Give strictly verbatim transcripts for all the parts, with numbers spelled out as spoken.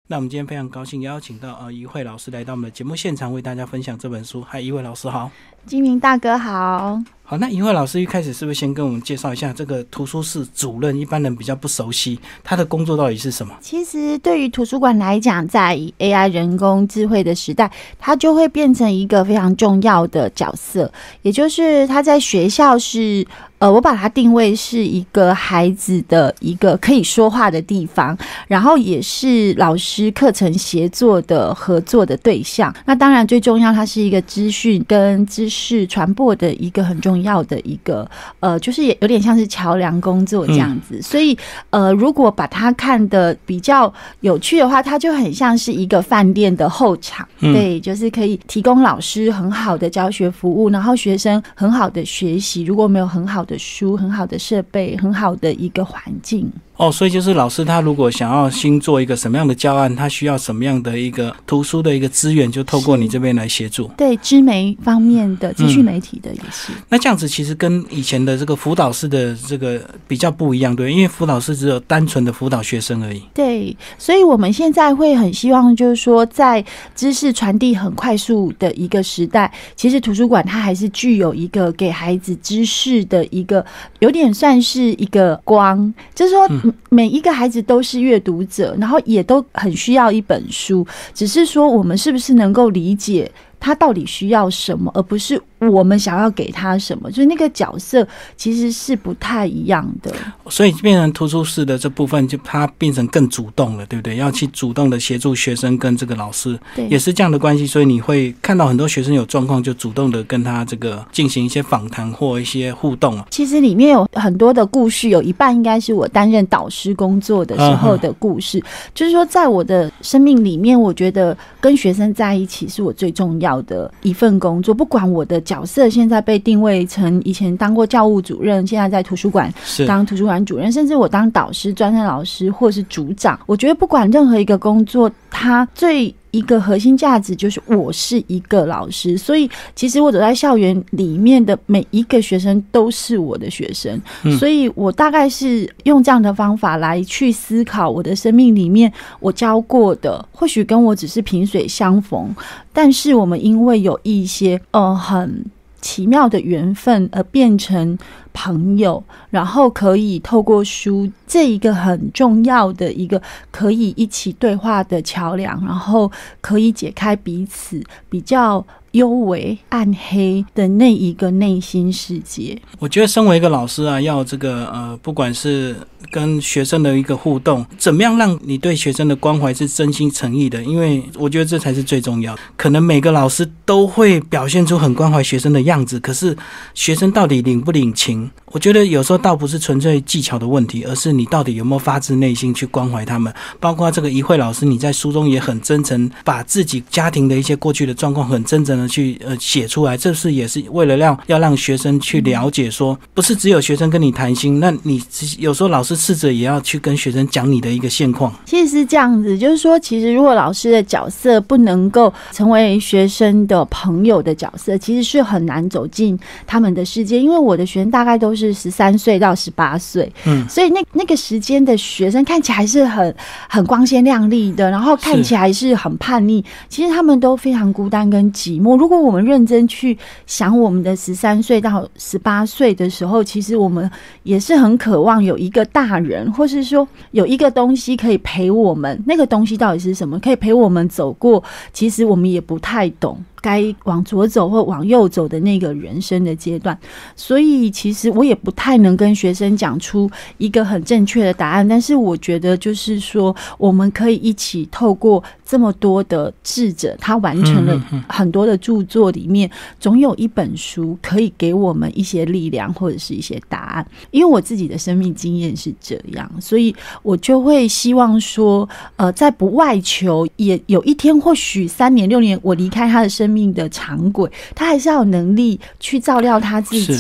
那我们今天非常高兴邀请到呃怡慧老师来到我们的节目现场，为大家分享这本书。嗨，怡慧老师好。 金明大哥好。 好，那怡慧老师一开始是不是先跟我们介绍一下这个图书室主任，一般人比较不熟悉，他的工作到底是什么？ 其实对于图书馆来讲，在 A I 人工智慧的时代，它就会变成一个非常重要的角色，也就是他在学校是呃，我把它定位是一个孩子的一个可以说话的地方，然后也是老师课程协作的合作的对象。那当然最重要，它是一个资讯跟知识传播的一个很重要的一个呃，就是也有点像是桥梁工作这样子。嗯、所以呃，如果把它看得比较有趣的话，它就很像是一个饭店的后场，嗯、对，就是可以提供老师很好的教学服务，然后学生很好的学习。如果没有很好的书、很好的设备、很好的一个环境。 哦，所以就是老师他如果想要新做一个什么样的教案，他需要什么样的一个图书的一个资源，就透过你这边来协助。 对，知媒方面的资讯媒体的也是、嗯。 那这样子其实跟以前的这个辅导室的这个比较不一样，对，因为辅导室只有单纯的辅导学生而已。 对，所以我们现在会很希望就是说，在知识传递很快速的一个时代，其实图书馆它还是具有一个给孩子知识的一个，有点算是一个光，就是说。嗯每一个孩子都是阅读者，然后也都很需要一本书，只是说我们是不是能够理解他到底需要什么，而不是我们想要给他什么，就是那个角色其实是不太一样的。 所以变成图书室的这部分，就它变成更主动了，对不对？要去主动的协助学生跟这个老师，也是这样的关系。所以你会看到很多学生有状况，就主动的跟他这个进行一些访谈或一些互动。 其实里面有很多的故事，有一半应该是我担任导师工作的时候的故事。嗯、就是说，在我的生命里面，我觉得跟学生在一起是我最重要的一份工作。不管我的角色现在被定位成以前当过教务主任，现在在图书馆当图书馆主任，甚至我当导师、专任老师或是组长，我觉得不管任何一个工作，它最一个核心价值就是我是一个老师。所以其实我走在校园里面的每一个学生都是我的学生、嗯、所以我大概是用这样的方法来去思考我的生命里面我教过的，或许跟我只是萍水相逢，但是我们因为有一些呃很奇妙的缘分而变成朋友，然后可以透过书这一个很重要的一个可以一起对话的桥梁，然后可以解开彼此比较幽微暗黑的那一个内心世界。 我觉得身为一个老师啊，要这个呃，不管是跟学生的一个互动，怎么样让你对学生的关怀是真心诚意的，因为我觉得这才是最重要的。可能每个老师都会表现出很关怀学生的样子，可是学生到底领不领情，我觉得有时候倒不是纯粹技巧的问题，而是你到底有没有发自内心去关怀他们。包括这个怡慧老师，你在书中也很真诚，把自己家庭的一些过去的状况很真诚的去呃写出来，这是也是为了让要让学生去了解说，不是只有学生跟你谈心，那你有时候老师试着也要去跟学生讲你的一个现况。 其实是这样子，就是说其实如果老师的角色不能够成为学生的朋友的角色，其实是很难走进他们的世界。因为我的学生大概都是十三岁到十八岁，嗯，所以那那个时间的学生看起来是很很光鲜亮丽的，然后看起来是很叛逆，其实他们都非常孤单跟寂寞。如果我们认真去想我们的十三岁到十八岁的时候，其实我们也是很渴望有一个大人，或是说有一个东西可以陪我们，那个东西到底是什么，可以陪我们走过其实我们也不太懂该往左走或往右走的那个人生的阶段。所以其实我也不太能跟学生讲出一个很正确的答案，但是我觉得就是说我们可以一起透过这么多的智者，他完成了很多的著作里面，总有一本书可以给我们一些力量或者是一些答案。因为我自己的生命经验是这样，所以我就会希望说呃，在不外求，也有一天或许三年六年我离开他的生命的常轨，他还是要有能力去照料他自己，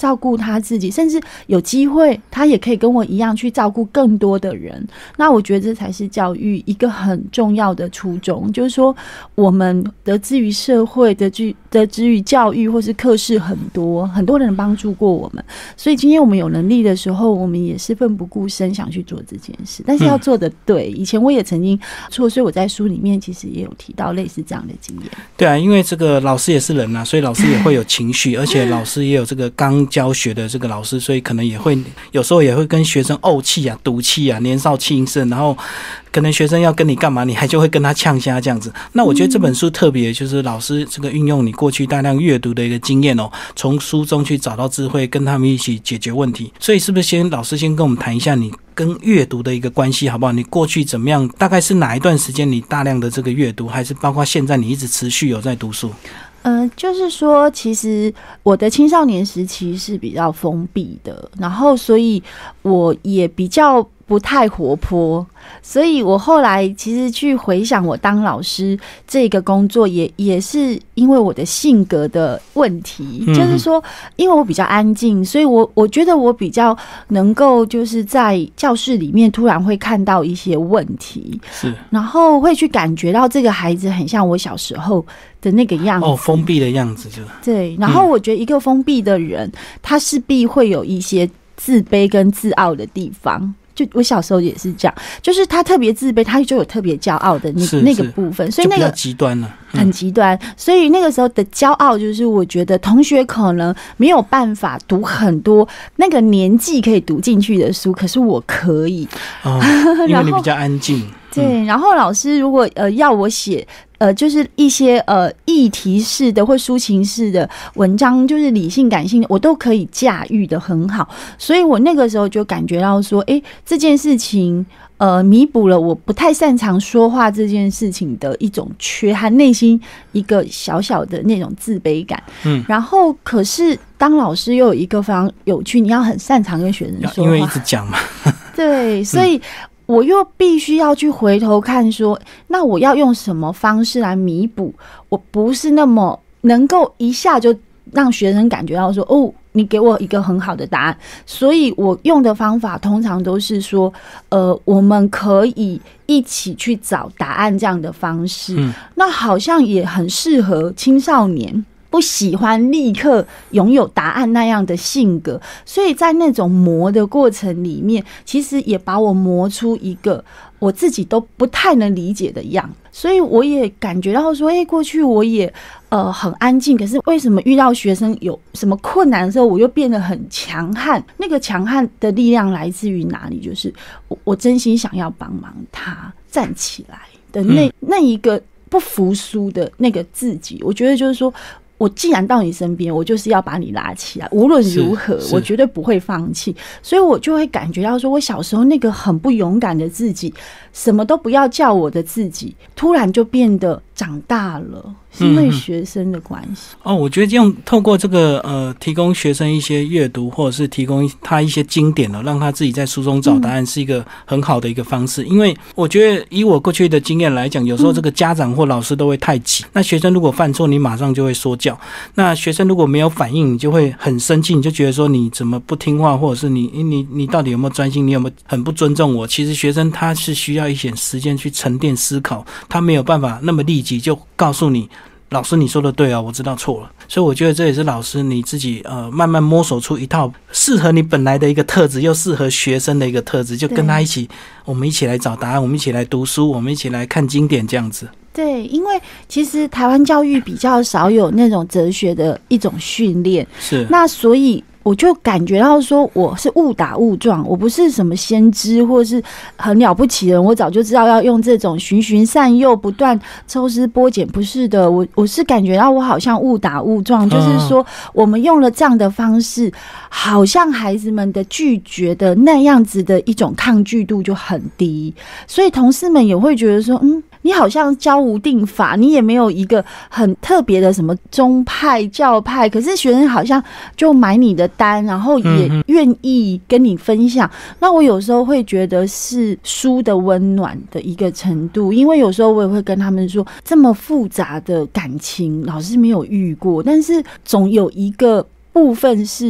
照顾他自己，甚至有机会他也可以跟我一样去照顾更多的人。那我觉得这才是教育一个很重要的初衷，就是说我们得之于社会，得之得之于教育，或是课室很多很多人帮助过我们，所以今天我们有能力的时候，我们也是奋不顾身想去做这件事，但是要做得对。以前我也曾经错，所以我在书里面其实也有提到类似这样的经验。 对啊，因为这个老师也是人啊，所以老师也会有情绪，而且老师也有这个刚教学的这个老师，所以可能也会有时候也会跟学生怄气啊、赌气啊，年少气盛，然后可能学生要跟你干嘛，你还就会跟他呛虾这样子。那我觉得这本书特别就是老师这个运用你过去大量阅读的一个经验哦，从书中去找到智慧，跟他们一起解决问题。所以是不是先老师先跟我们谈一下你跟阅读的一个关系好不好？你过去怎么样？大概是哪一段时间你大量的这个阅读，还是包括现在你一直持续有在读书？ 呃，就是说，其实我的青少年时期是比较封闭的，然后所以我也比较不太活泼，所以我后来其实去回想我当老师这个工作也，也也是因为我的性格的问题，嗯、就是说，因为我比较安静，所以我我觉得我比较能够就是在教室里面突然会看到一些问题， 是， 然后会去感觉到这个孩子很像我小时候的那个样子， 哦，封闭的样子就对。然后我觉得一个封闭的人，嗯、他势必会有一些自卑跟自傲的地方。就我小时候也是这样，就是他特别自卑，他就有特别骄傲的那那个部分，所以那个极端了， 嗯、很极端。所以那个时候的骄傲，就是我觉得同学可能没有办法读很多那个年纪可以读进去的书，可是我可以， 哦、因为你比较安静。 对，然后老师如果呃要我写呃就是一些呃议题式的或抒情式的文章，就是理性感性的，我都可以驾驭的很好，所以我那个时候就感觉到说，哎，这件事情呃弥补了我不太擅长说话这件事情的一种缺憾，内心一个小小的那种自卑感。嗯，然后可是当老师又有一个非常有趣，你要很擅长跟学生说话， 因为一直讲嘛。 对，所以。嗯，我又必须要去回头看说，那我要用什么方式来弥补我不是那么能够一下就让学生感觉到说，哦，你给我一个很好的答案。所以我用的方法通常都是说，呃，我们可以一起去找答案这样的方式。嗯，那好像也很适合青少年不喜欢立刻拥有答案那样的性格，所以在那种磨的过程里面，其实也把我磨出一个我自己都不太能理解的样子。所以我也感觉到说，哎、欸，过去我也呃很安静，可是为什么遇到学生有什么困难的时候，我又变得很强悍？那个强悍的力量来自于哪里？就是我我真心想要帮忙他站起来的那、嗯、那一个不服输的那个自己。我觉得就是说，我既然到你身边，我就是要把你拉起来，无论如何我绝对不会放弃。所以我就会感觉到说，我小时候那个很不勇敢的自己，什么都不要叫我的自己，突然就变得长大了，是因为学生的关系。 嗯、哦，我觉得用透过这个呃，提供学生一些阅读，或者是提供他一些经典了，让他自己在书中找答案，是一个很好的一个方式。嗯、因为我觉得以我过去的经验来讲，有时候这个家长或老师都会太急，嗯、那学生如果犯错，你马上就会说教。那学生如果没有反应，你就会很生气，你就觉得说你怎么不听话，或者是你你你到底有没有专心，你有没有很不尊重我？其实学生他是需要一些时间去沉淀思考，他没有办法那么立即就告诉你，老师你说的对啊，我知道错了。所以我觉得这也是老师你自己呃慢慢摸索出一套适合你本来的一个特质，又适合学生的一个特质，就跟他一起，我们一起来找答案，我们一起来读书，我们一起来看经典这样子。 对，因为其实台湾教育比较少有那种哲学的一种训练， 是那所以我就感觉到说我是误打误撞，我不是什么先知或是很了不起的人，我早就知道要用这种循循善诱不断抽丝剥茧，不是的，我我是感觉到我好像误打误撞，就是说我们用了这样的方式，好像孩子们的拒绝的那样子的一种抗拒度就很低，所以同事们也会觉得说，嗯，你好像教无定法，你也没有一个很特别的什么宗派教派，可是学生好像就买你的单，然后也愿意跟你分享。嗯、那我有时候会觉得是书的温暖的一个程度，因为有时候我也会跟他们说，这么复杂的感情老师没有遇过，但是总有一个部分是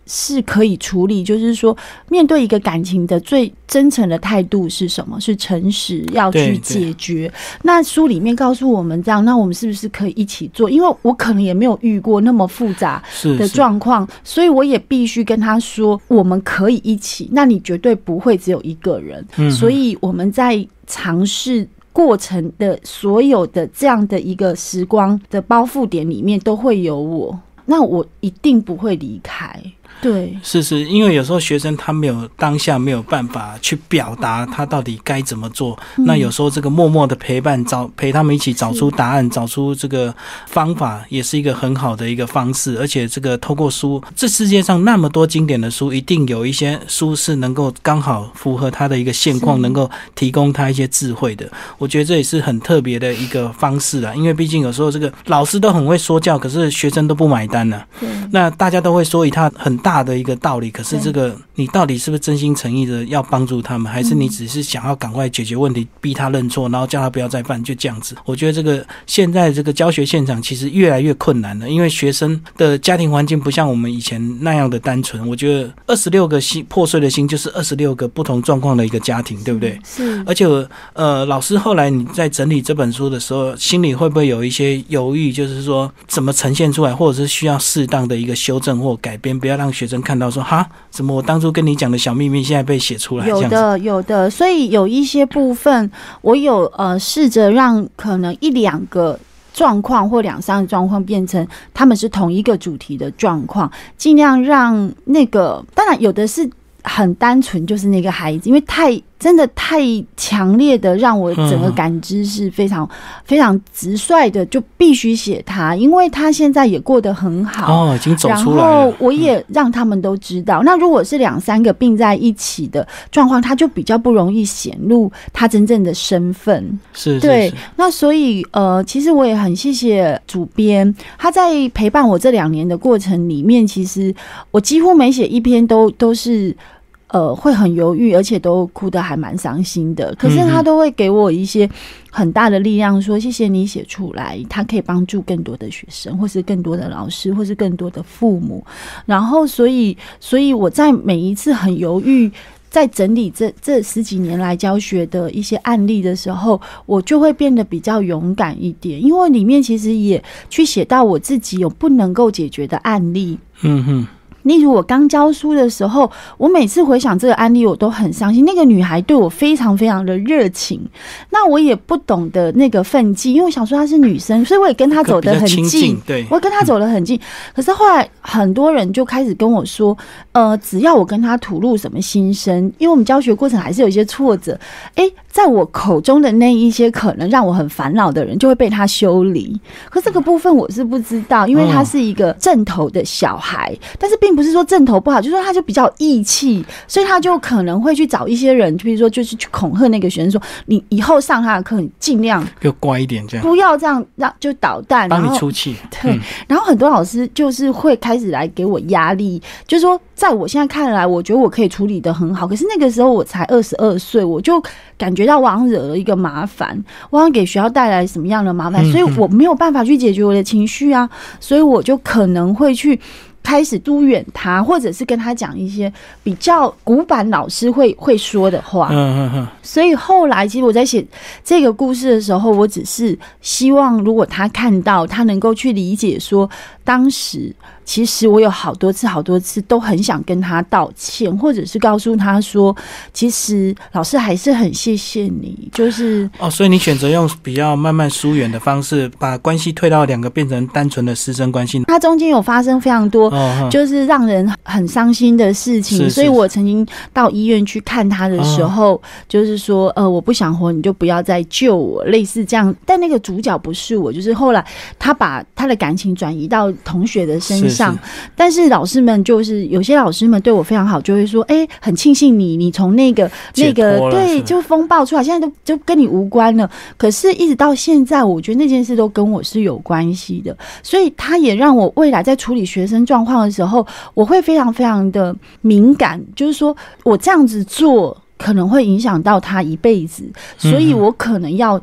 是可以处理，就是说面对一个感情的最真诚的态度是什么？是诚实，要去解决。那书里面告诉我们这样，那我们是不是可以一起做？因为我可能也没有遇过那么复杂的状况，所以我也必须跟他说，我们可以一起。那你绝对不会只有一个人，嗯、所以我们在尝试过程的所有的这样的一个时光的包覆点里面，都会有我。那我一定不会离开。对， 是是，因为有时候学生他没有当下没有办法去表达他到底该怎么做，嗯、那有时候这个默默的陪伴，找陪他们一起找出答案，找出这个方法，也是一个很好的一个方式。而且这个透过书，这世界上那么多经典的书，一定有一些书是能够刚好符合他的一个现况，能够提供他一些智慧的。我觉得这也是很特别的一个方式啦，因为毕竟有时候这个老师都很会说教，可是学生都不买单了。那大家都会说一套很大大的一个道理，可是这个你到底是不是真心诚意的要帮助他们，还是你只是想要赶快解决问题，逼他认错，然后叫他不要再犯，就这样子？我觉得这个现在这个教学现场其实越来越困难了，因为学生的家庭环境不像我们以前那样的单纯。我觉得二十六个心破碎的心，就是二十六个不同状况的一个家庭，对不对？ 是。 而且呃，老师后来你在整理这本书的时候，心里会不会有一些犹豫，就是说怎么呈现出来，或者是需要适当的一个修正或改编，不要让学生看到说哈，怎么我当初跟你讲的小秘密现在被写出来？ 有的，有的。所以有一些部分，我有呃试着让可能一两个状况或两三个状况变成他们是同一个主题的状况，尽量让那个，当然有的是很单纯，就是那个孩子，因为太真的太强烈的让我整个感知是非常、嗯、非常直率的，就必须写他，因为他现在也过得很好哦，已经走出来了。 然后我也让他们都知道，嗯、那如果是两三个并在一起的状况，他就比较不容易显露他真正的身份。 是，是， 对。那所以呃，其实我也很谢谢主编，他在陪伴我这两年的过程里面，其实我几乎每写一篇都都是。呃，会很犹豫，而且都哭得还蛮伤心的。可是他都会给我一些很大的力量，说谢谢你写出来，他可以帮助更多的学生，或是更多的老师，或是更多的父母。然后，所以，所以我在每一次很犹豫，在整理这这十几年来教学的一些案例的时候，我就会变得比较勇敢一点，因为里面其实也去写到我自己有不能够解决的案例。嗯哼。例如我刚教书的时候，我每次回想这个案例我都很伤心，那个女孩对我非常非常的热情，那我也不懂得那个分际，因为我想说她是女生，所以我也跟她走得很近， 对， 我跟她走得很近、嗯、可是后来很多人就开始跟我说呃，只要我跟她吐露什么心声，因为我们教学过程还是有一些挫折，诶，在我口中的那一些可能让我很烦恼的人就会被她修理，可这个部分我是不知道，因为她是一个正头的小孩、嗯、但是并不是说正头不好，就是说他就比较义气，所以他就可能会去找一些人，比如说就是去恐吓那个学生说，你以后上他的课你尽量就乖一点，这样不要这样让就捣蛋， 帮你出气。 对、嗯，然后很多老师就是会开始来给我压力，就是说在我现在看来，我觉得我可以处理得很好，可是那个时候我才二十二岁，我就感觉到我好像惹了一个麻烦，我好像给学校带来什么样的麻烦、嗯，所以我没有办法去解决我的情绪啊，所以我就可能会去开始疏远他，或者是跟他讲一些比较古板老师会会说的话。嗯嗯嗯。所以后来，其实我在写这个故事的时候，我只是希望，如果他看到，他能够去理解说，当时其实我有好多次、好多次都很想跟他道歉，或者是告诉他说，其实老师还是很谢谢你，就是哦，所以你选择用比较慢慢疏远的方式，把关系退到两个变成单纯的师生关系。 它中间有发生非常多。就是让人很伤心的事情，是是是，所以我曾经到医院去看他的时候，哦、就是说，呃，我不想活，你就不要再救我，类似这样。但那个主角不是我，就是后来他把他的感情转移到同学的身上，是是，但是老师们就是有些老师们对我非常好，就会说，哎、欸，很庆幸你，你从那个那个对就风暴出来，现在都就跟你无关了。可是，一直到现在，我觉得那件事都跟我是有关系的，所以他也让我未来在处理学生状况的时候，我会非常非常的敏感，就是说我这样子做可能会影响到他一辈子，所以我可能要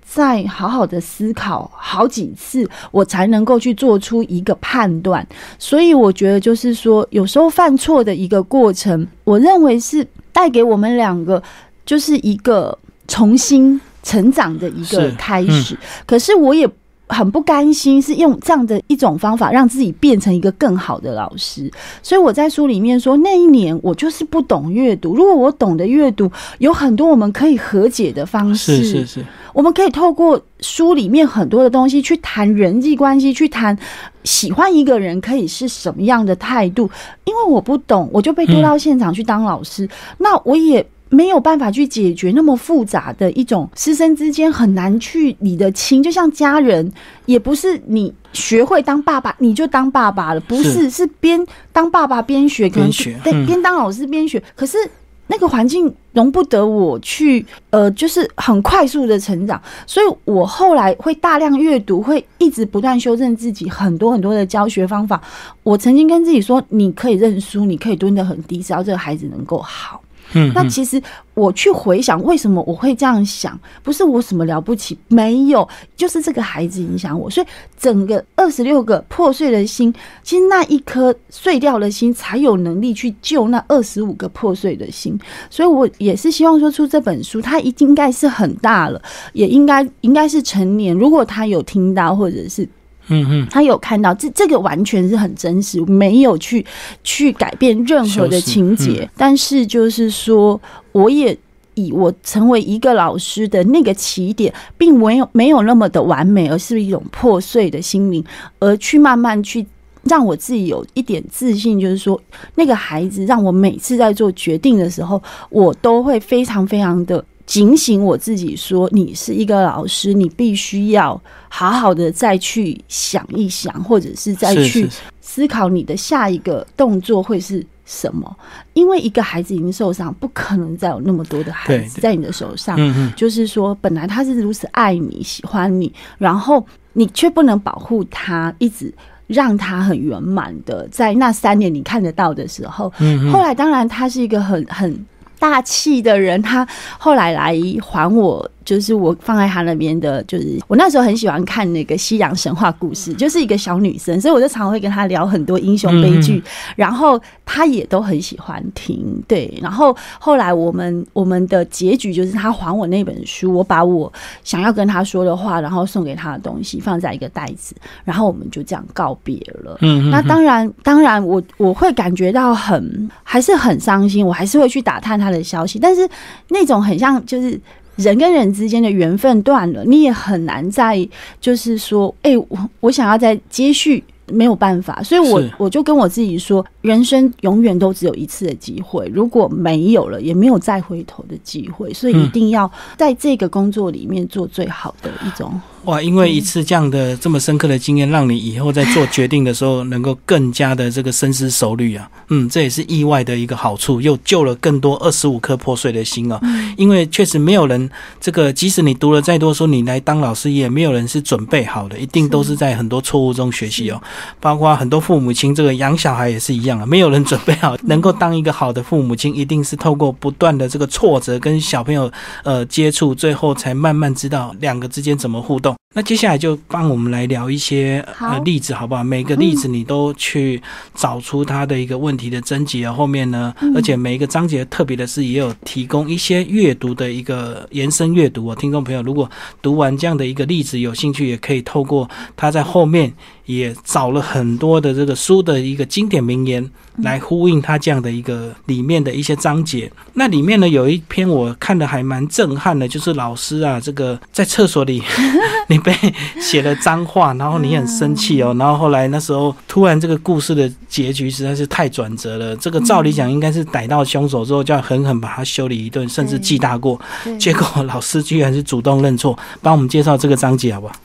再好好的思考好几次，我才能够去做出一个判断。所以我觉得就是说，有时候犯错的一个过程，我认为是带给我们两个就是一个重新成长的一个开始。嗯、可是我也很不甘心是用这样的一种方法让自己变成一个更好的老师，所以我在书里面说，那一年我就是不懂阅读，如果我懂得阅读，有很多我们可以和解的方式， 是是是， 我们可以透过书里面很多的东西去谈人际关系，去谈喜欢一个人可以是什么样的态度。因为我不懂，我就被丢到现场去当老师，嗯、那我也没有办法去解决那么复杂的一种师生之间很难去理得清，就像家人，也不是你学会当爸爸你就当爸爸了，不是，是, 是边当爸爸边学，可能对边当老师边学，可是那个环境容不得我去呃，就是很快速的成长，所以我后来会大量阅读，会一直不断修正自己很多很多的教学方法。我曾经跟自己说，你可以认输，你可以蹲得很低，只要这个孩子能够好。嗯，那其实我去回想为什么我会这样想，不是我什么了不起，没有，就是这个孩子影响我，所以整个二十六个破碎的心，其实那一颗碎掉的心才有能力去救那二十五个破碎的心。所以我也是希望说出这本书，它应该是很大了，也应该应该是成年，如果他有听到或者是嗯嗯，他有看到这这个完全是很真实，没有去去改变任何的情节、嗯、但是就是说我也以我成为一个老师的那个起点并没有没有那么的完美，而是一种破碎的心灵，而去慢慢去让我自己有一点自信，就是说那个孩子让我每次在做决定的时候，我都会非常非常的警醒我自己，说你是一个老师，你必须要好好的再去想一想，或者是再去思考你的下一个动作会是什么。因为一个孩子已经受伤，不可能再有那么多的孩子在你的手上，就是说本来他是如此爱你喜欢你，然后你却不能保护他，一直让他很圆满的在那三年你看得到的时候，后来当然他是一个很很大气的人，他后来来还我，就是我放在他那边的，就是我那时候很喜欢看那个西洋神话故事，就是一个小女生，所以我就常会跟他聊很多英雄悲剧、嗯、然后他也都很喜欢听。对，然后后来我们我们的结局就是他还我那本书，我把我想要跟他说的话，然后送给他的东西放在一个袋子，然后我们就这样告别了。嗯，那当然当然我我会感觉到很还是很伤心，我还是会去打探他的消息，但是那种很像就是人跟人之间的缘分断了，你也很难再就是说哎、欸，我我想要再接续，没有办法。所以我我就跟我自己说，人生永远都只有一次的机会，如果没有了也没有再回头的机会，所以一定要在这个工作里面做最好的一种。 哇，因为一次这样的这么深刻的经验，让你以后在做决定的时候能够更加的这个深思熟虑啊。嗯，这也是意外的一个好处，又救了更多二十五颗破碎的心啊。嗯、因为确实没有人这个，即使你读了再多书，你来当老师也没有人是准备好的，一定都是在很多错误中学习哦。包括很多父母亲这个养小孩也是一样啊，没有人准备好能够当一个好的父母亲，一定是透过不断的这个挫折跟小朋友呃接触，最后才慢慢知道两个之间怎么互动。那接下来就帮我们来聊一些呃例子好不好？每个例子你都去找出它的一个问题的症结啊。后面呢，而且每一个章节特别的是也有提供一些阅读的一个延伸阅读啊。听众朋友如果读完这样的一个例子有兴趣，也可以透过他在后面也找了很多的这个书的一个经典名言来呼应他这样的一个里面的一些章节。那里面呢有一篇我看的还蛮震撼的，就是老师啊这个在厕所里你被写了脏话，然后你很生气哦，然后后来那时候突然这个故事的结局实在是太转折了，这个照理讲应该是逮到凶手之后就要狠狠把他修理一顿，甚至记大过，结果老师居然是主动认错。帮我们介绍这个章节好不好？ 哎，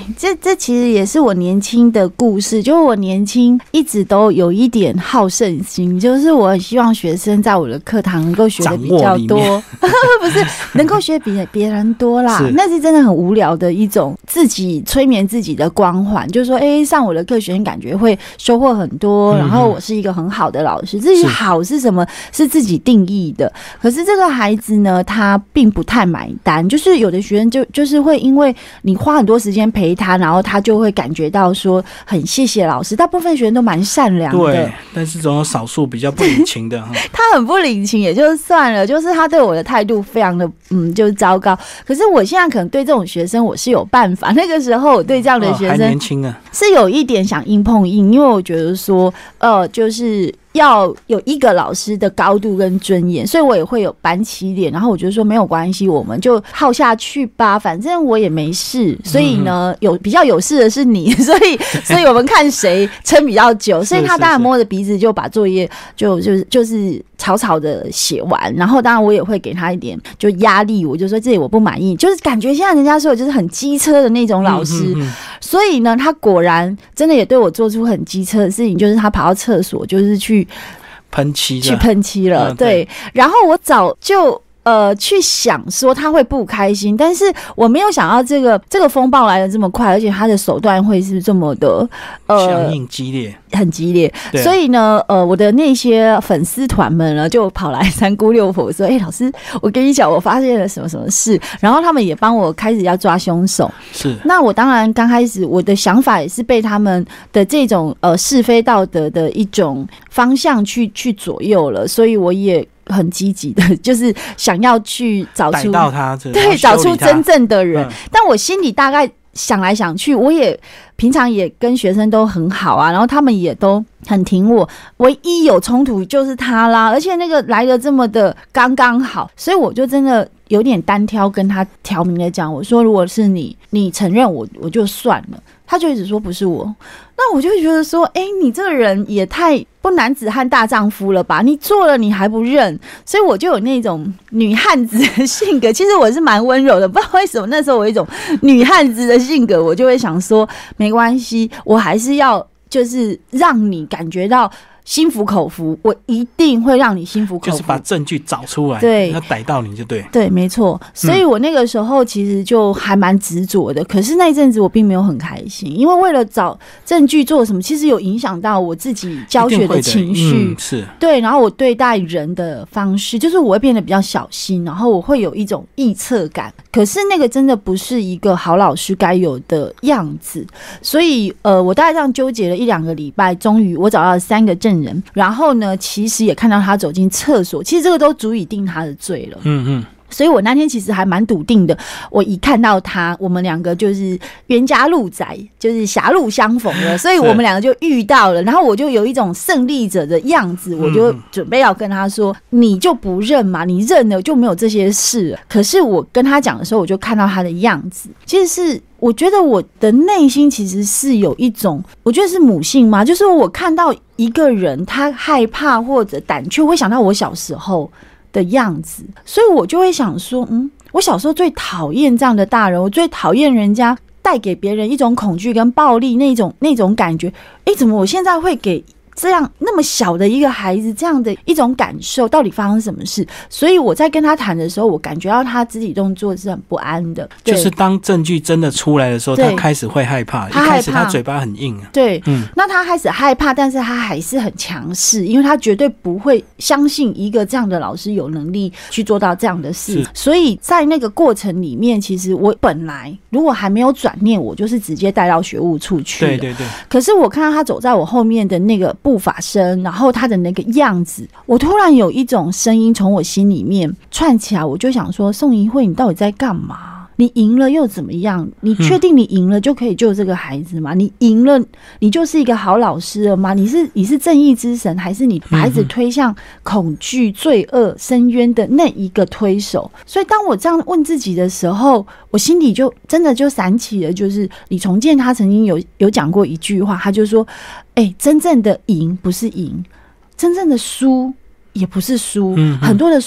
这这其实也是我年轻的故事，就是我年轻一直都有一点好胜心，就是我很希望学生在我的课堂能够学的比较多，不是能够学比别人多啦，是那是真的很无聊的一种自己催眠自己的光环，就是说，哎、欸，上我的课学生感觉会收获很多，然后我是一个很好的老师。至于好是什么，是自己定义的。可是这个孩子呢，他并不太买单，就是有的学生就就是会因为你花很多时间陪他，然后他就会感觉到说很谢谢老师。大部分学生都蛮善良的， 对，但是总有少数比较不领情的。 他很不领情也就算了，就是他对我的态度非常的嗯，就是糟糕。可是我现在可能对这种学生我是有办法。那个时候我对这样的学生、哦、还年轻啊， 是有一点想硬碰硬，因为我觉得说呃，就是要有一个老师的高度跟尊严，所以我也会有板起脸，然后我觉得说没有关系，我们就耗下去吧，反正我也没事。所以呢，有比较有事的是你，所以所以我们看谁撑比较久。所以他当然摸着鼻子就把作业就就就是草草的写完，然后当然我也会给他一点就压力，我就说这里我不满意，就是感觉现在人家说我就是很机车的那种老师。嗯嗯嗯，所以呢，他果然真的也对我做出很机车的事情，就是他跑到厕所就是去喷漆去喷漆了、嗯、对, 对，然后我早就呃去想说他会不开心，但是我没有想到这个这个风暴来得这么快，而且他的手段会是这么的呃强硬激烈， 很激烈、啊、所以呢呃我的那些粉丝团们呢就跑来三姑六婆说，哎、欸，老师我跟你讲我发现了什么什么事，然后他们也帮我开始要抓凶手。 是， 那我当然刚开始我的想法也是被他们的这种呃是非道德的一种方向去去左右了，所以我也很积极的，就是想要去找出逮到他， 对，找出真正的人、嗯。但我心里大概想来想去，我也平常也跟学生都很好啊，然后他们也都很挺我，唯一有冲突就是他啦，而且那个来的这么的刚刚好，所以我就真的有点单挑，跟他挑明的讲，我说如果是你，你承认我，我就算了。他就一直说不是我，那我就觉得说，哎、欸，你这个人也太不男子汉大丈夫了吧？你做了你还不认，所以我就有那种女汉子的性格。其实我是蛮温柔的，不知道为什么那时候我有一种女汉子的性格，我就会想说，没关系，我还是要就是让你感觉到心服口服，我一定会让你心服口服， 就是把证据找出来， 对， 要逮到你就对， 对，没错。所以我那个时候其实就还蛮执着的、嗯，可是那一阵子我并没有很开心，因为为了找证据做什么，其实有影响到我自己教学的情绪、 嗯，是对，然后我对待人的方式，就是我会变得比较小心，然后我会有一种臆测感，可是那个真的不是一个好老师该有的样子，所以呃，我大概这样纠结了一两个礼拜，终于我找到了三个证人，然后呢，其实也看到他走进厕所，其实这个都足以定他的罪了。嗯嗯。所以我那天其实还蛮笃定的，我一看到他，我们两个就是冤家路窄，就是狭路相逢了，所以我们两个就遇到了，然后我就有一种胜利者的样子，我就准备要跟他说，你就不认嘛，你认了就没有这些事了。可是我跟他讲的时候，我就看到他的样子，其实是我觉得我的内心其实是有一种，我觉得是母性嘛，就是我看到一个人他害怕或者胆怯，会想到我小时候的样子，所以我就会想说，嗯，我小时候最讨厌这样的大人，我最讨厌人家带给别人一种恐惧跟暴力那种那种感觉。哎，怎么我现在会给这样那么小的一个孩子这样的一种感受，到底发生什么事？所以我在跟他谈的时候，我感觉到他肢体动作是很不安的。 就是当证据真的出来的时候，他开始会害怕。 他一开始他嘴巴很硬啊。 对，嗯，那他开始害怕，但是他还是很强势，因为他绝对不会相信一个这样的老师有能力去做到这样的事。所以在那个过程里面，其实我本来如果还没有转念，我就是直接带到学务处去了。对对对。可是我看到他走在我后面的那个步伐声，然后他的那个样子，我突然有一种声音从我心里面串起来，我就想说，宋怡慧，你到底在干嘛？你赢了又怎么样？你确定你赢了就可以救这个孩子吗？你赢了，你就是一个好老师了吗？你是你是正义之神，还是你把孩子推向恐惧、罪恶、深渊的那一个推手？所以当我这样问自己的时候，我心里就真的就闪起了，就是李崇建他曾经有有讲过一句话，他就说，欸，真正的赢不是赢，真正的输也不是输，嗯，很多的输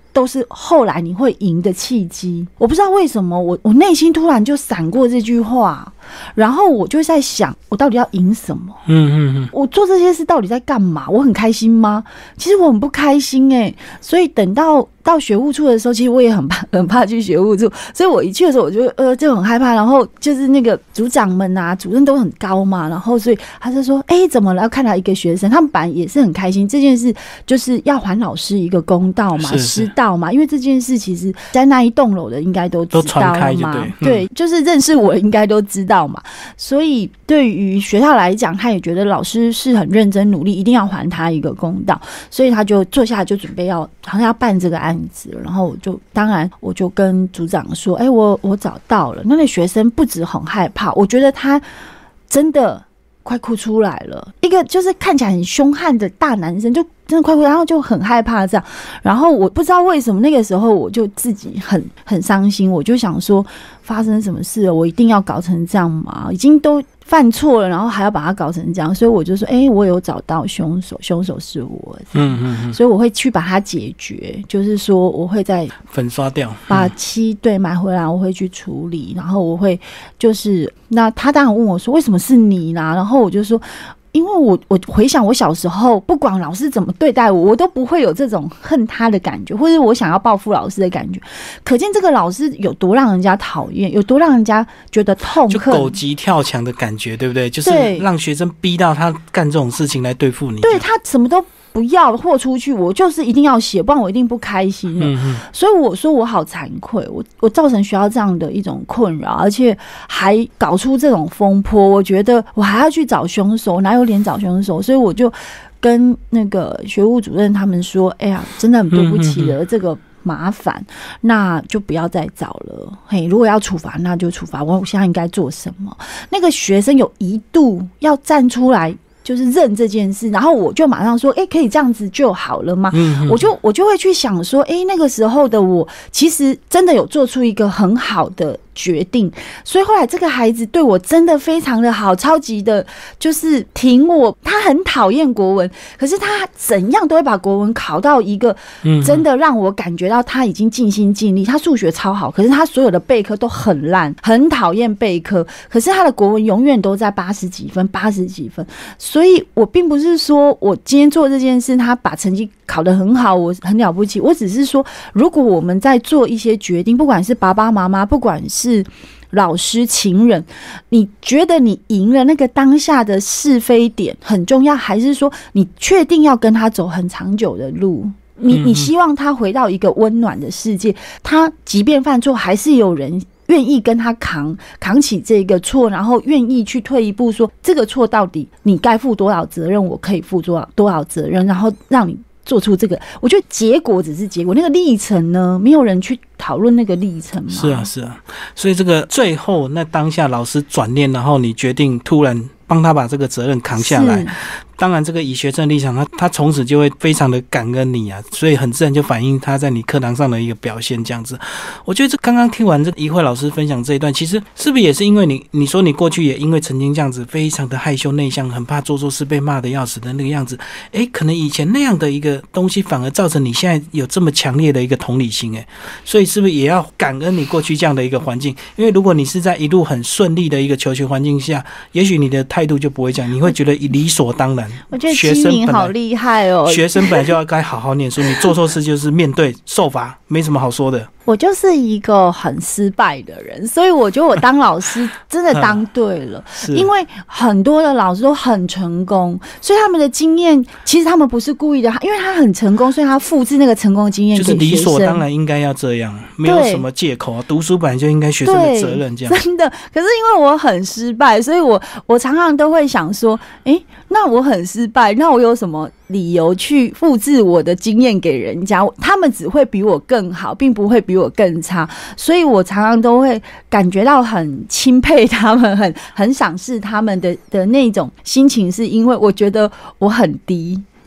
都是后来你会赢的契机。我不知道为什么我我内心突然就闪过这句话，然后我就在想，我到底要赢什么？嗯嗯嗯，我做这些事到底在干嘛？我很开心吗？其实我很不开心哎、欸。所以等到到学务处的时候，其实我也很怕很怕去学务处，所以我一去的时候我就呃就很害怕。然后就是那个组长们啊，主任都很高嘛，然后所以他就说，哎、欸，怎么了？要看到一个学生，他们本来也是很开心。这件事就是要还老师一个公道嘛，师道嘛，因为这件事其实在那一栋楼的应该都知道了嘛，对、嗯，对，就是认识我应该都知道嘛。所以对于学校来讲，他也觉得老师是很认真努力，一定要还他一个公道，所以他就坐下来就准备要好像要办这个案子了。然后我就当然我就跟组长说，哎、欸，我我找到了。那个学生不止很害怕，我觉得他真的快哭出来了。一个就是看起来很凶悍的大男生，就真的快哭，然后就很害怕这样。然后我不知道为什么那个时候我就自己很很伤心，我就想说发生什么事了？我一定要搞成这样吗？已经都犯错了，然后还要把它搞成这样，所以我就说，哎、欸，我有找到凶手，凶手是我，嗯嗯嗯，所以我会去把它解决，就是说我会再粉刷掉， 把漆对买回来，我会去处理，然后我会就是那他当然问我说为什么是你啦，然后我就说。因为我我回想我小时候，不管老师怎么对待我，我都不会有这种恨他的感觉，或者我想要报复老师的感觉。可见这个老师有多让人家讨厌，有多让人家觉得痛恨， 就狗急跳墙的感觉，对不对？就是让学生逼到他干这种事情来对付你。 对，他什么都不要豁出去，我就是一定要写，不然我一定不开心了。嗯、所以我说我好惭愧，我我造成学校这样的一种困扰，而且还搞出这种风波。我觉得我还要去找凶手，哪有脸找凶手？所以我就跟那个学务主任他们说：“哎呀，真的很对不起了，这个麻烦，那就不要再找了。嘿，如果要处罚，那就处罚。我现在应该做什么？”那个学生有一度要站出来。就是认这件事，然后我就马上说，哎、欸，可以这样子就好了吗？嗯、我就我就会去想说，哎、欸，那个时候的我其实真的有做出一个很好的决定，所以后来这个孩子对我真的非常的好，超级的，就是挺我。他很讨厌国文，可是他怎样都会把国文考到一个真的让我感觉到他已经尽心尽力。他数学超好，可是他所有的备科都很烂，很讨厌备科。可是他的国文永远都在八十几分，八十几分。所以我并不是说我今天做这件事，他把成绩考得很好，我很了不起。我只是说，如果我们在做一些决定，不管是爸爸妈妈，不管是老师、情人，你觉得你赢了那个当下的是非点很重要，还是说你确定要跟他走很长久的路？你你希望他回到一个温暖的世界，他即便犯错，还是有人愿意跟他扛扛起这个错，然后愿意去退一步说，这个错到底你该负多少责任，我可以负多少多少责任，然后让你做出这个。我觉得结果只是结果，那个历程呢，没有人去讨论那个历程嘛。 是啊是啊，所以这个最后那当下老师转念，然后你决定突然帮他把这个责任扛下来。当然这个以学生立场，他他从此就会非常的感恩你啊，所以很自然就反映他在你课堂上的一个表现这样子。我觉得这刚刚听完这怡慧老师分享这一段，其实是不是也是因为你你说你过去也因为曾经这样子非常的害羞内向，很怕做错事被骂的要死的那个样子，诶，可能以前那样的一个东西反而造成你现在有这么强烈的一个同理心，诶，所以是不是也要感恩你过去这样的一个环境？因为如果你是在一路很顺利的一个求学环境下，也许你的态度就不会这样，你会觉得理所当然。 我觉得基民好厉害哦， 学生本来就要该好好念书，你做错事就是面对受罚，没什么好说的。 我就是一个很失败的人，所以我觉得我当老师真的当对了、嗯、因为很多的老师都很成功，所以他们的经验其实他们不是故意的，因为他很成功，所以他复制那个成功的经验给学生， 就是理所当然应该要这样，没有什么借口啊，读书本来就应该学生的责任这样。 真的，可是因为我很失败，所以我我常常都会想说，诶，那我很失败，那我有什么理由去复制我的经验给人家？他们只会比我更好，并不会比我更差，所以我常常都会感觉到很钦佩他们，很很赏识他们的的那种心情，是因为我觉得我很低。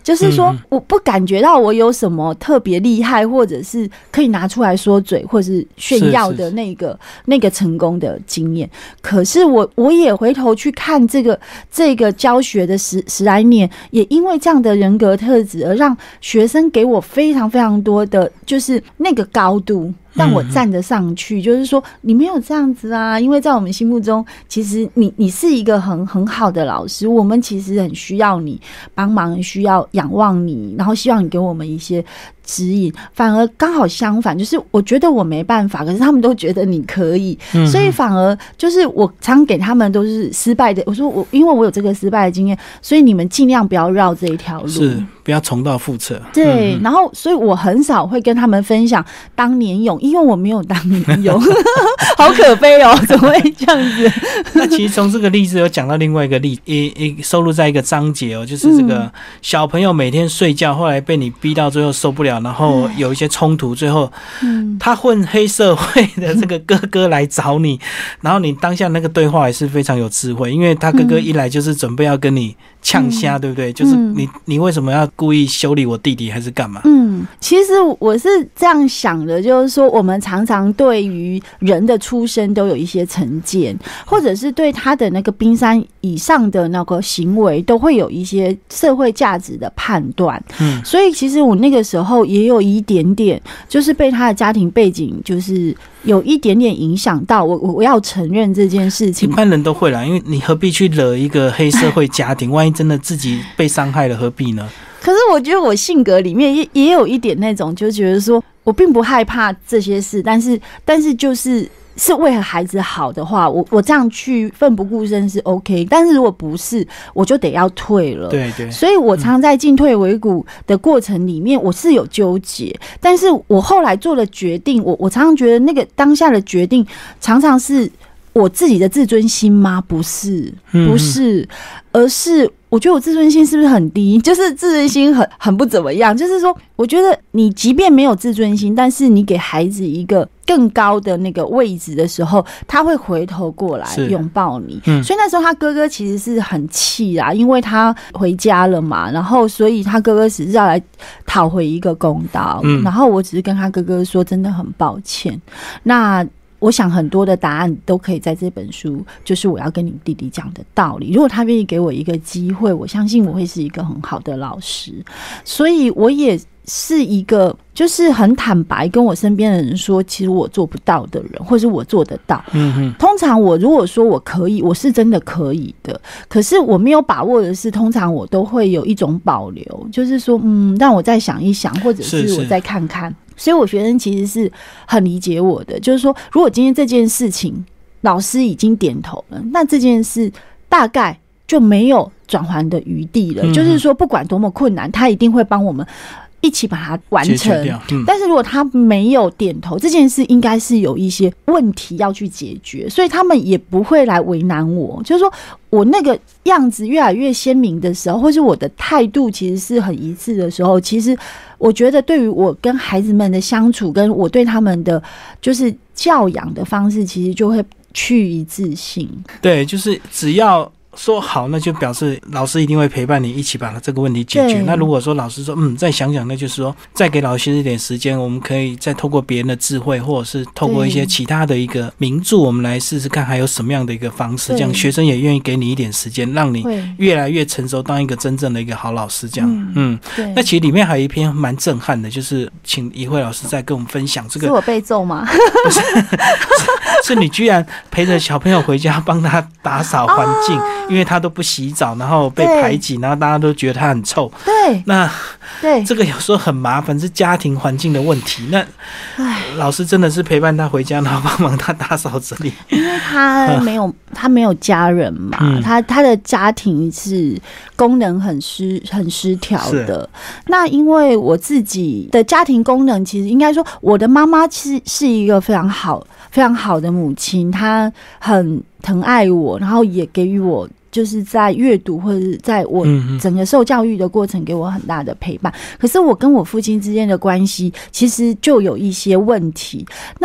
就是说我不感觉到我有什么特别厉害，或者是可以拿出来说嘴或是炫耀的那个那个成功的经验。可是我我也回头去看这个这个教学的十十来年，也因为这样的人格特质而让学生给我非常非常多的就是那个高度，让我站得上去。嗯、就是说你没有这样子啊，因为在我们心目中，其实你你是一个很很好的老师，我们其实很需要你帮忙，需要仰望你，然后希望你给我们一些指引。反而刚好相反，就是我觉得我没办法，可是他们都觉得你可以，嗯、所以反而就是我常给他们都是失败的。我说我因为我有这个失败的经验，所以你们尽量不要绕这一条路， 是不要重蹈覆辙。 对，嗯、然后所以我很少会跟他们分享当年勇，因为我没有当年勇，好可悲哦，怎么会这样子？ 那其实从这个例子有讲到另外一个例子，也也收录在一个章节哦，就是这个小朋友每天睡觉，后来被你逼到最后受不了，然后有一些冲突，最后他混黑社会的这个哥哥来找你，然后你当下那个对话也是非常有智慧，因为他哥哥一来就是准备要跟你呛虾，对不对？就是你你为什么要故意修理我弟弟，还是干嘛？ 嗯，其实我是这样想的，就是说我们常常对于人的出身都有一些成见，或者是对他的那个冰山以上的那个行为都会有一些社会价值的判断。嗯，所以其实我那个时候也有一点点，就是被他的家庭背景就是有一点点影响到我，我要承认这件事情。 一般人都会啦，因为你何必去惹一个黑社会家庭？万一真的自己被伤害了，何必呢？ 可是我觉得我性格里面也也有一点那种，就觉得说我并不害怕这些事，但是但是就是是为了孩子好的话，我我这样去奋不顾身是 OK， 但是如果不是，我就得要退了。 对对， 所以我常在进退维谷的过程里面，我是有纠结，但是我后来做了决定，我我常常觉得那个当下的决定，常常是我自己的自尊心吗？不是，不是，而是我觉得我自尊心是不是很低？就是自尊心很很不怎么样。就是说，我觉得你即便没有自尊心，但是你给孩子一个更高的那个位置的时候，他会回头过来拥抱你。嗯、所以那时候他哥哥其实是很气啦，因为他回家了嘛，然后所以他哥哥只是要来讨回一个公道。嗯、然后我只是跟他哥哥说，真的很抱歉。那我想很多的答案都可以在这本书，就是我要跟你弟弟讲的道理。如果他愿意给我一个机会，我相信我会是一个很好的老师。所以我也是一个就是很坦白跟我身边的人说，其实我做不到的人，或是我做得到。嗯哼，通常我如果说我可以，我是真的可以的。可是我没有把握的是，通常我都会有一种保留，就是说，嗯，让我再想一想，或者是我再看看。是是，所以我学生其实是很理解我的，就是说如果今天这件事情老师已经点头了，那这件事大概就没有转圜的余地了。嗯、就是说不管多么困难，他一定会帮我们一起把它完成。嗯、但是如果他没有点头，这件事应该是有一些问题要去解决，所以他们也不会来为难我。就是说我那个样子越来越鲜明的时候，或是我的态度其实是很一致的时候，其实我觉得对于我跟孩子们的相处，跟我对他们的就是教养的方式，其实就会趋于一致性。 对，就是只要说好，那就表示老师一定会陪伴你一起把这个问题解决。那如果说老师说嗯再想想，那就是说再给老师一点时间，我们可以再透过别人的智慧，或者是透过一些其他的一个名著，我们来试试看还有什么样的一个方式，这样学生也愿意给你一点时间，让你越来越成熟，当一个真正的一个好老师这样。嗯, 嗯对。那其实里面还有一篇蛮震撼的，就是请怡慧老师再跟我们分享这个。 是我被揍吗？ 不是，是, 是你居然陪着小朋友回家帮他打扫环境。哦，因为他都不洗澡，然后被排挤，然后大家都觉得他很臭。 对， 那对这个有时候很麻烦，是家庭环境的问题。那老师真的是陪伴他回家，然后帮忙他打扫整理。 因为他没有他没有家人嘛，嗯、他他的家庭是功能很失很失调的。那因为我自己的家庭功能，其实应该说，我的妈妈是是一个非常好非常好的母亲，她很疼爱我，然后也给予我就是在阅读或者在我整个受教育的过程给我很大的陪伴。可是我跟我父亲之间的关系其实就有一些问题。那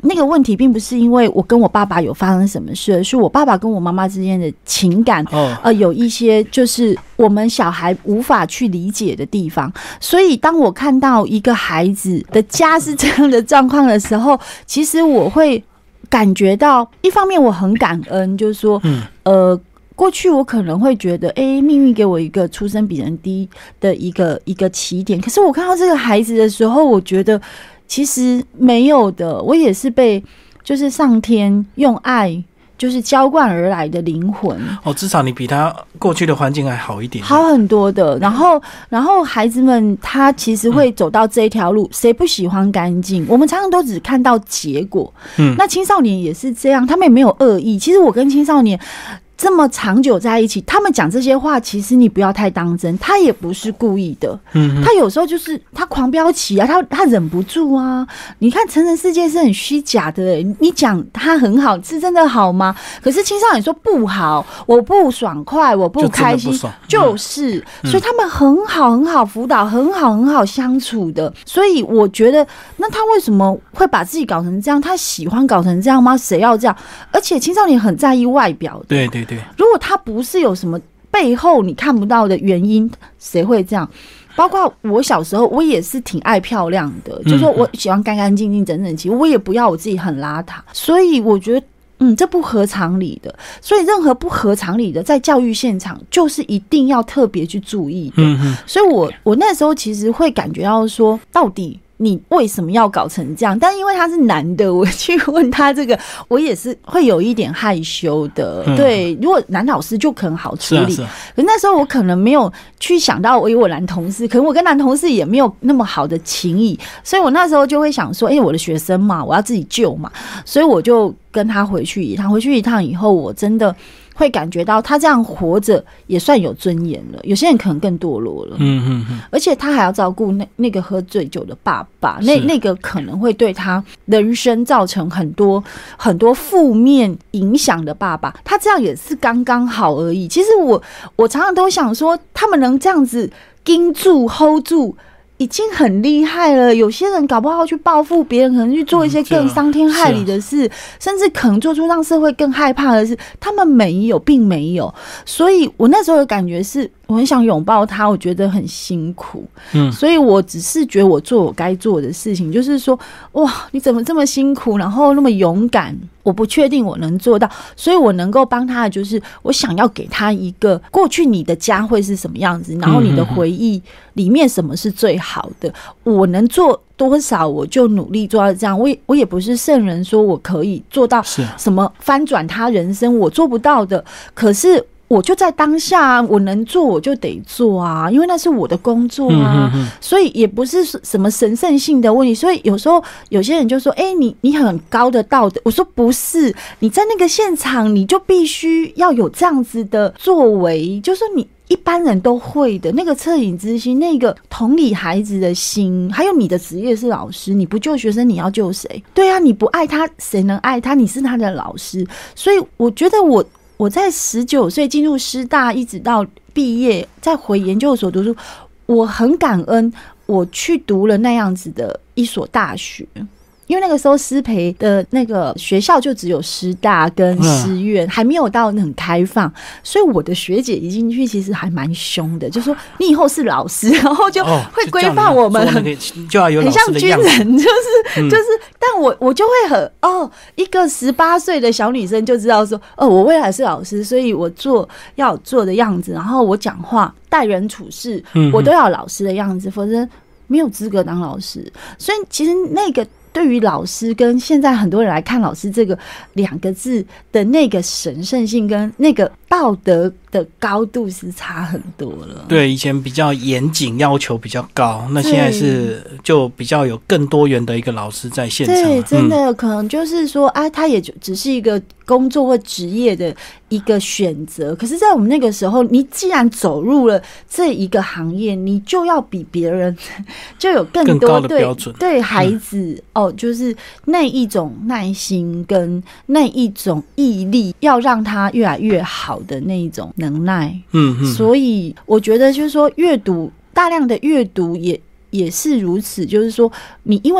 那个问题并不是因为我跟我爸爸有发生什么事，是我爸爸跟我妈妈之间的情感、哦、呃，有一些就是我们小孩无法去理解的地方。所以当我看到一个孩子的家是这样的状况的时候，其实我会感觉到，一方面我很感恩，就是说，嗯，呃。过去我可能会觉得，哎、欸，命运给我一个出生比人低的一个一个起点。可是我看到这个孩子的时候，我觉得其实没有的，我也是被就是上天用愛就是浇灌而来的灵魂。 哦，至少你比他过去的环境还好一点， 好很多的。然后，然后孩子们他其实会走到这一条路，谁、嗯、不喜欢干净？我们常常都只看到结果。嗯，那青少年也是这样，他们也没有恶意。其实我跟青少年这么长久在一起，他们讲这些话，其实你不要太当真，他也不是故意的。嗯，他有时候就是他狂飙起啊，他他忍不住啊。你看成人世界是很虚假的、欸，你讲他很好，是真的好吗？可是青少年说不好，我不爽快，我不开心，就, 就是、嗯，所以他们很好很好辅导，很好很好相处的。所以我觉得，那他为什么会把自己搞成这样？他喜欢搞成这样吗？谁要这样？而且青少年很在意外表的， 对对。对， 如果他不是有什么背后你看不到的原因，谁会这样？包括我小时候，我也是挺爱漂亮的，就是说我喜欢干干净净、整整齐，我也不要我自己很邋遢。所以我觉得，嗯，这不合常理的。所以任何不合常理的，在教育现场就是一定要特别去注意的。嗯、所以我我那时候其实会感觉到说，到底你为什么要搞成这样？但因为他是男的，我去问他这个，我也是会有一点害羞的。嗯、对，如果男老师就可能好处理，是啊是啊，可是那时候我可能没有去想到我有我男同事，可能我跟男同事也没有那么好的情谊，所以我那时候就会想说，哎、欸，我的学生嘛，我要自己救嘛，所以我就跟他回去一趟。回去一趟以后，我真的会感觉到他这样活着也算有尊严了，有些人可能更堕落了。嗯嗯嗯，而且他还要照顾那那个喝醉酒的爸爸，那那个可能会对他人生造成很多很多负面影响的爸爸，他这样也是刚刚好而已。其实我我常常都想说，他们能这样子盯住 hold 住，已经很厉害了。有些人搞不好去报复别人，可能去做一些更伤天害理的事，嗯啊、甚至可能做出让社会更害怕的事。他们没有，并没有。所以我那时候的感觉是，我很想拥抱他，我觉得很辛苦。嗯，所以我只是觉得我做我该做的事情，就是说，哇，你怎么这么辛苦，然后那么勇敢？我不确定我能做到，所以我能够帮他的就是我想要给他一个过去你的家会是什么样子，然后你的回忆里面什么是最好的，我能做多少我就努力做到这样。我也我也不是圣人，说我可以做到什么翻转他人生，我做不到的。可是我就在当下，我能做我就得做啊，因为那是我的工作啊。嗯、哼哼所以也不是什么神圣性的问题。所以有时候有些人就说：“哎、欸，你你很高的道德。”我说：“不是，你在那个现场，你就必须要有这样子的作为，就是你一般人都会的那个恻隐之心，那个同理孩子的心，还有你的职业是老师，你不救学生，你要救谁？对啊，你不爱他，谁能爱他？你是他的老师，所以我觉得我。”我在十九岁进入师大，一直到毕业，再回研究所读书，我很感恩我去读了那样子的一所大学。因为那个时候师培的那个学校就只有师大跟师院，嗯、还没有到很开放，所以我的学姐一进去其实还蛮凶的，就说你以后是老师，然后就会规范我们， 哦、就, 就要有老师的样子， 很像军人，就是、嗯、就是，但我我就会很哦，一个十八岁的小女生就知道说，哦，我未来是老师，所以我做要做的样子，然后我讲话待人处事，嗯、我都要老师的样子，否则没有资格当老师。所以其实那个。对于老师跟现在很多人来看老师这个两个字的那个神圣性跟那个道德的高度是差很多了。 对，以前比较严谨，要求比较高，那现在是就比较有更多元的一个老师在现场。 对，真的、嗯、可能就是说啊，他也只是一个工作或职业的一个选择。可是在我们那个时候，你既然走入了这一个行业，你就要比别人就有更多更高的标准， 对对孩子、嗯、哦，就是那一种耐心跟那一种毅力，要让他越来越好的那一种能耐。嗯嗯，所以我觉得就是说，阅读大量的阅读也也是如此，就是说，你因为你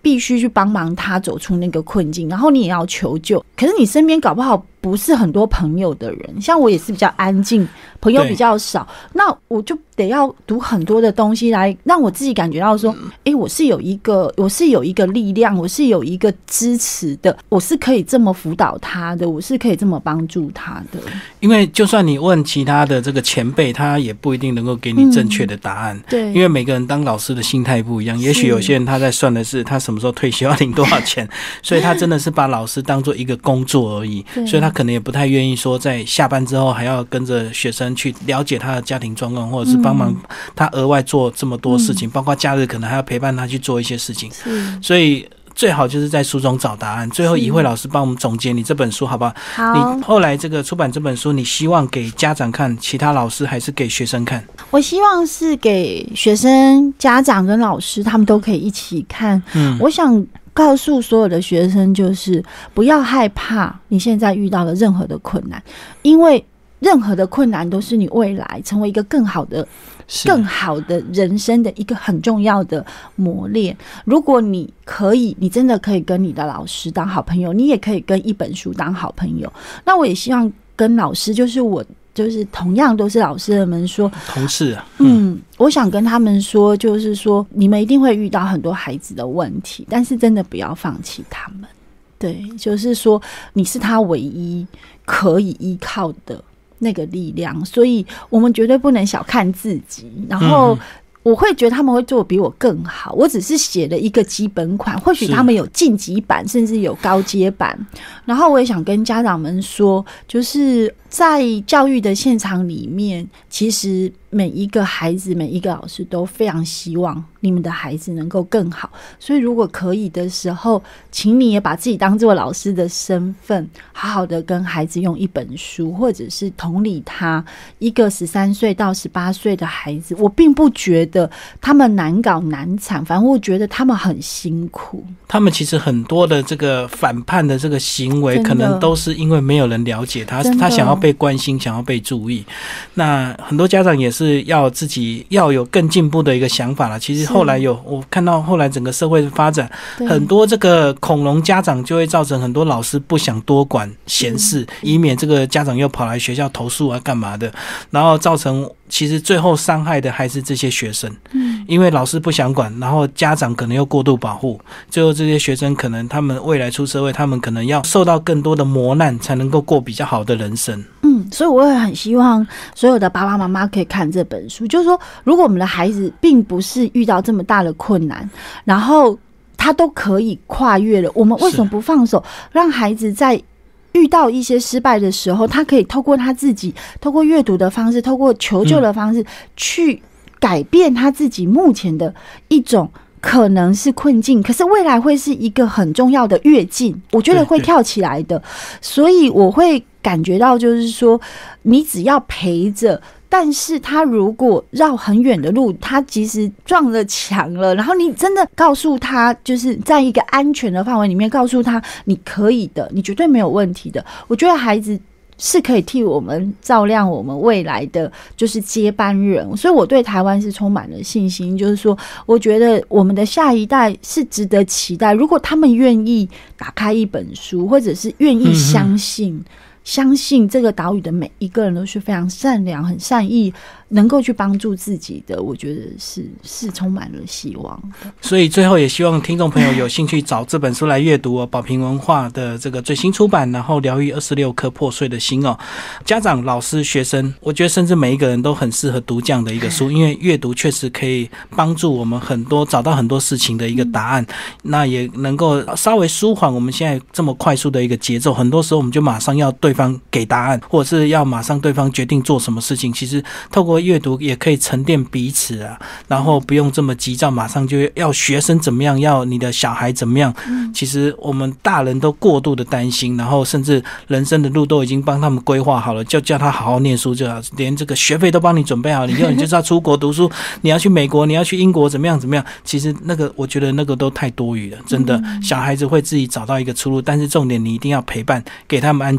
必须去帮忙他走出那个困境，然后你也要求救。可是你身边搞不好不是很多朋友的人，像我也是比较安静，朋友比较少，那我就得要读很多的东西来让我自己感觉到说，哎、欸，我是有一个，我是有一个力量，我是有一个支持的，我是可以这么辅导他的，我是可以这么帮助他的。 因为就算你问其他的这个前辈，他也不一定能够给你正确的答案。嗯、对，因为每个人当老师的心态不一样，也许有些人他在算的是他什么时候退休要领多少钱，所以他真的是把老师当做一个工作而已，所以他可能也不太愿意说在下班之后还要跟着学生去了解他的家庭状况，或者是帮忙他额外做这么多事情，嗯、包括假日可能还要陪伴他去做一些事情。所以最好就是在书中找答案。最后怡慧老师帮我们总结你这本书好不好？ 好。 你后来这个出版这本书，你希望给家长看，其他老师还是给学生看？ 我希望是给学生、家长跟老师，他们都可以一起看。嗯，我想告诉所有的学生，就是不要害怕你现在遇到的任何的困难，因为任何的困难都是你未来成为一个更好的更好的人生的一个很重要的磨练。如果你可以，你真的可以跟你的老师当好朋友，你也可以跟一本书当好朋友。那我也希望跟老师，就是我就是同样都是老师的们说， 同事啊， 嗯, 嗯，我想跟他们说，就是说你们一定会遇到很多孩子的问题，但是真的不要放弃他们。对，就是说你是他唯一可以依靠的那个力量，所以我们绝对不能小看自己。然后我会觉得他们会做比我更好，我只是写了一个基本款，或许他们有晋级版，甚至有高阶版。然后我也想跟家长们说，就是在教育的现场里面，其实每一个孩子，每一个老师都非常希望你们的孩子能够更好。所以如果可以的时候，请你也把自己当作老师的身份，好好的跟孩子用一本书，或者是同理他一个十三岁到十八岁的孩子，我并不觉得他们难搞难产，反正我觉得他们很辛苦。 他们其实很多的这个反叛的这个行为，可能都是因为没有人了解他，他想要被关心，想要被注意。那很多家长也是要自己要有更进步的一个想法啦。其实后来有我看到后来整个社会的发展，很多这个恐龙家长就会造成很多老师不想多管闲事，以免这个家长又跑来学校投诉啊干嘛的，然后造成其实最后伤害的还是这些学生。嗯，因为老师不想管，然后家长可能又过度保护，最后这些学生可能他们未来出社会，他们可能要受到更多的磨难，才能够过比较好的人生。 嗯，所以我也很希望所有的爸爸妈妈可以看这本书，就是说如果我们的孩子并不是遇到这么大的困难，然后他都可以跨越了，我们为什么不放手，让孩子在遇到一些失败的时候，他可以透过他自己，透过阅读的方式，透过求救的方式，嗯、去改变他自己目前的一种可能是困境，可是未来会是一个很重要的跃进，我觉得会跳起来的。所以我会感觉到，就是说，你只要陪着。但是他如果绕很远的路，他即使撞了墙了，然后你真的告诉他，就是在一个安全的范围里面告诉他你可以的，你绝对没有问题的。我觉得孩子是可以替我们照亮我们未来的就是接班人，所以我对台湾是充满了信心，就是说我觉得我们的下一代是值得期待，如果他们愿意打开一本书，或者是愿意相信、嗯相信这个岛屿的每一个人都是非常善良、很善意，能够去帮助自己的，我觉得是是充满了希望的。 所以最后也希望听众朋友有兴趣找这本书来阅读哦，宝瓶文化的这个最新出版，然后疗愈二十六颗破碎的心哦。家长、老师、学生，我觉得甚至每一个人都很适合读这样的一个书，因为阅读确实可以帮助我们很多找到很多事情的一个答案，那也能够稍微舒缓我们现在这么快速的一个节奏。很多时候我们就马上要对方给答案，或者是要马上对方决定做什么事情，其实透过阅读也可以沉淀彼此啊，然后不用这么急躁，马上就要学生怎么样，要你的小孩怎么样。其实我们大人都过度的担心，然后甚至人生的路都已经帮他们规划好了，就叫他好好念书就好，连这个学费都帮你准备好，你以后你就是要出国读书，你要去美国，你要去英国，怎么样怎么样。其实那个我觉得那个都太多余了，真的，小孩子会自己找到一个出路，但是重点你一定要陪伴，给他们安全感。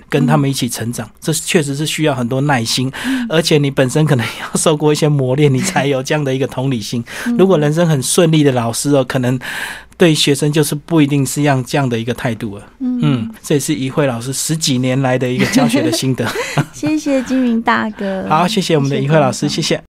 跟他们一起成长，这确实是需要很多耐心，而且你本身可能要受过一些磨练，你才有这样的一个同理心。如果人生很顺利的老师哦，可能对学生就是不一定是样这样的一个态度了。嗯嗯，这也是怡慧老师十几年来的一个教学的心得。 谢谢金明大哥。 好，谢谢我们的怡慧老师，谢谢。